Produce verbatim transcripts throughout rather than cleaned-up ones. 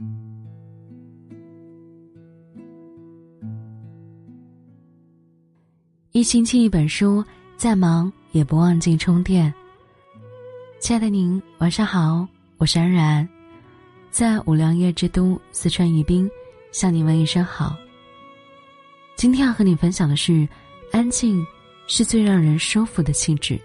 一星期一本书，再忙也不忘记充电。亲爱的您，晚上好，我是安然，在五粮液之都四川宜宾向你问一声好。今天要和你分享的是，安静是最让人舒服的气质。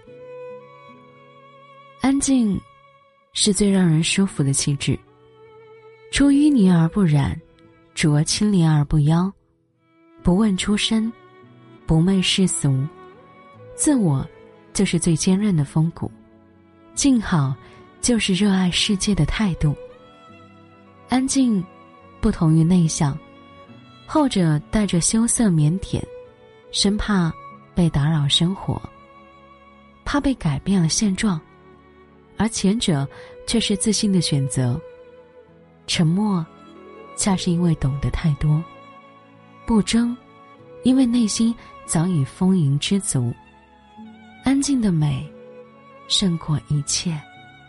安静是最让人舒服的气质，出淤泥而不染，濯清涟而不妖，不问出身，不媚世俗，自我就是最坚韧的风骨，静好就是热爱世界的态度。安静不同于内向，后者带着羞涩腼腆，生怕被打扰生活，怕被改变了现状，而前者却是自信的选择。沉默恰是因为懂得太多，不争因为内心早已丰盈知足。安静的美胜过一切。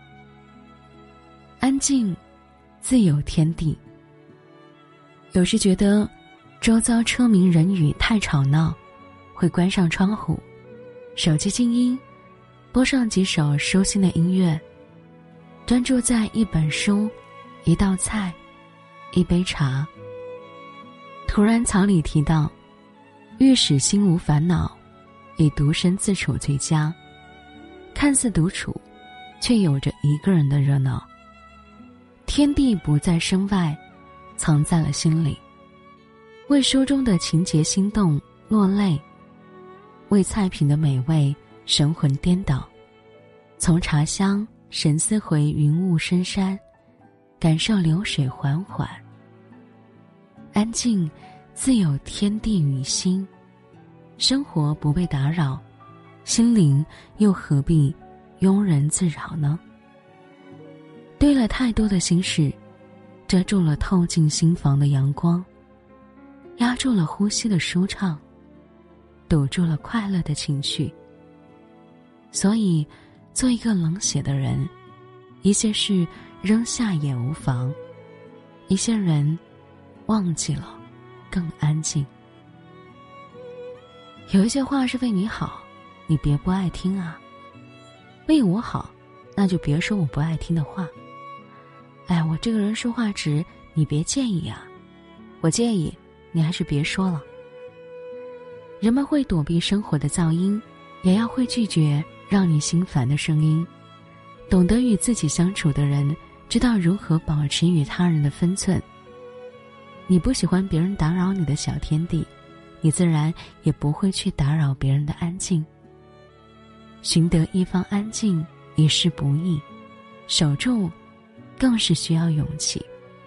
安静自有天地。有时觉得周遭车鸣人语太吵闹，会关上窗户，手机静音，播上几首舒心的音乐，专注在一本书，一道菜，一杯茶。突然草里提到，欲使心无烦恼，以独身自处最佳。看似独处，却有着一个人的热闹。天地不在身外，藏在了心里。为书中的情节心动落泪，为菜品的美味神魂颠倒。从茶香神思回云雾深山，感受流水缓缓。安静自有天地与心，生活不被打扰，心灵又何必庸人自扰呢？堆了太多的心事，遮住了透进心房的阳光，压住了呼吸的舒畅，堵住了快乐的情绪。所以做一个冷血的人，一些事扔下也无妨，一些人忘记了更安静。有一些话是为你好，你别不爱听啊。为我好，那就别说我不爱听的话。哎，我这个人说话直，你别介意啊。我介意，你还是别说了。人们会躲避生活的噪音，也要会拒绝让你心烦的声音。懂得与自己相处的人，知道如何保持与他人的分寸。你不喜欢别人打扰你的小天地，你自然也不会去打扰别人的安静。寻得一方安静，一世不易，守住更是需要勇气。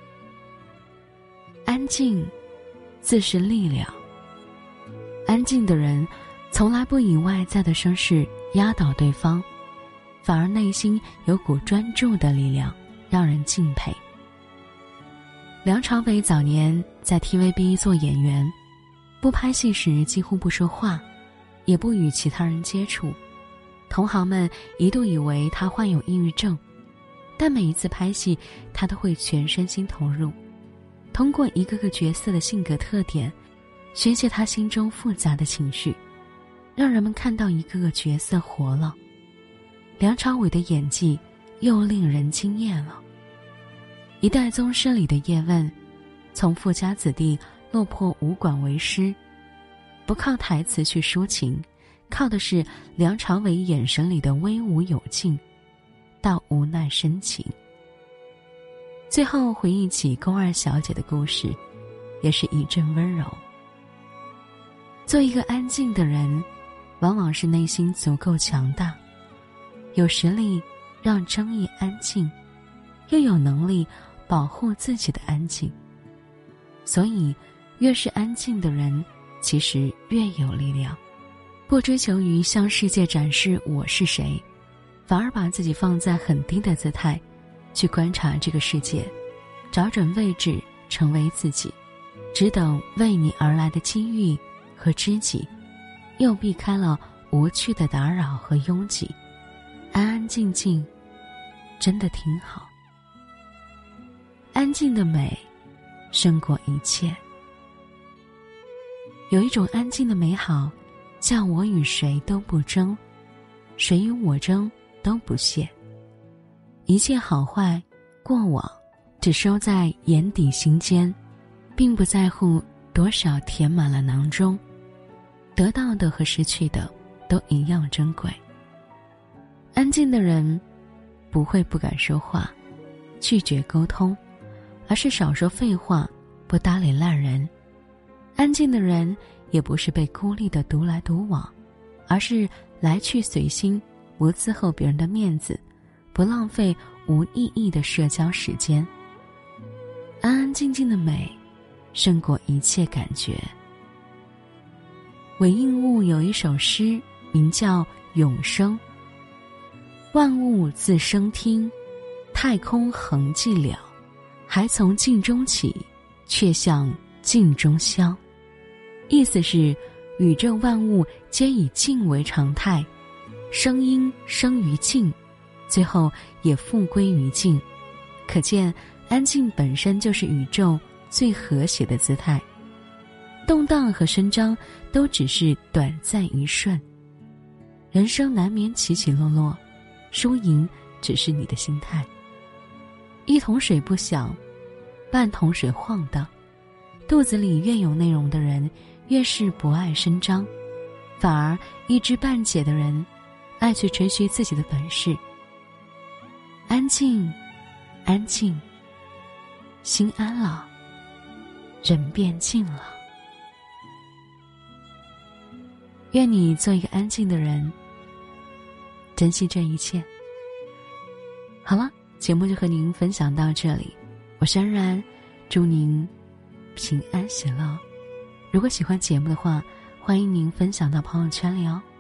安静自是力量。安静的人从来不以外在的声势压倒对方，反而内心有股专注的力量，让人敬佩。梁朝伟早年在 T V B 做演员，不拍戏时几乎不说话，也不与其他人接触。同行们一度以为他患有抑郁症，但每一次拍戏，他都会全身心投入，通过一个个角色的性格特点，宣泄他心中复杂的情绪，让人们看到一个个角色活了。梁朝伟的演技又令人惊艳了。一代宗师里的叶问，从富家子弟落魄武馆为师，不靠台词去抒情，靠的是梁朝伟眼神里的威武有劲，到无奈深情。最后回忆起宫二小姐的故事，也是一阵温柔。做一个安静的人，往往是内心足够强大，有实力让争议安静，又有能力保护自己的安静。所以越是安静的人，其实越有力量。不追求于向世界展示我是谁，反而把自己放在很低的姿态，去观察这个世界，找准位置，成为自己，只等为你而来的机遇和知己，又避开了无趣的打扰和拥挤，安安静静，真的挺好。 安静的美胜过一切。有一种安静的美好，叫我与谁都不争，谁与我争都不屑。一切好坏过往只收在眼底心间，并不在乎多少填满了囊中，得到的和失去的都一样珍贵。安静的人不会不敢说话，拒绝沟通，而是少说废话，不搭理烂人。安静的人也不是被孤立的独来独往，而是来去随心，不伺候别人的面子，不浪费无意义的社交时间。安安静静的美胜过一切感觉。韦应物有一首诗名叫《永生》，万物自生听，太空恒寂了，还从静中起，却向静中消。意思是宇宙万物皆以静为常态，声音生于静，最后也复归于静。可见安静本身就是宇宙最和谐的姿态，动荡和声张都只是短暂一瞬。人生难免起起落落，输赢只是你的心态。一桶水不响，半桶水晃荡，肚子里越有内容的人越是不爱声张，反而一知半解的人爱去吹嘘自己的本事。安静，安静，心安了，人变静了。愿你做一个安静的人，珍惜这一切。好了，节目就和您分享到这里，我是安然，祝您平安喜乐。如果喜欢节目的话，欢迎您分享到朋友圈里哦。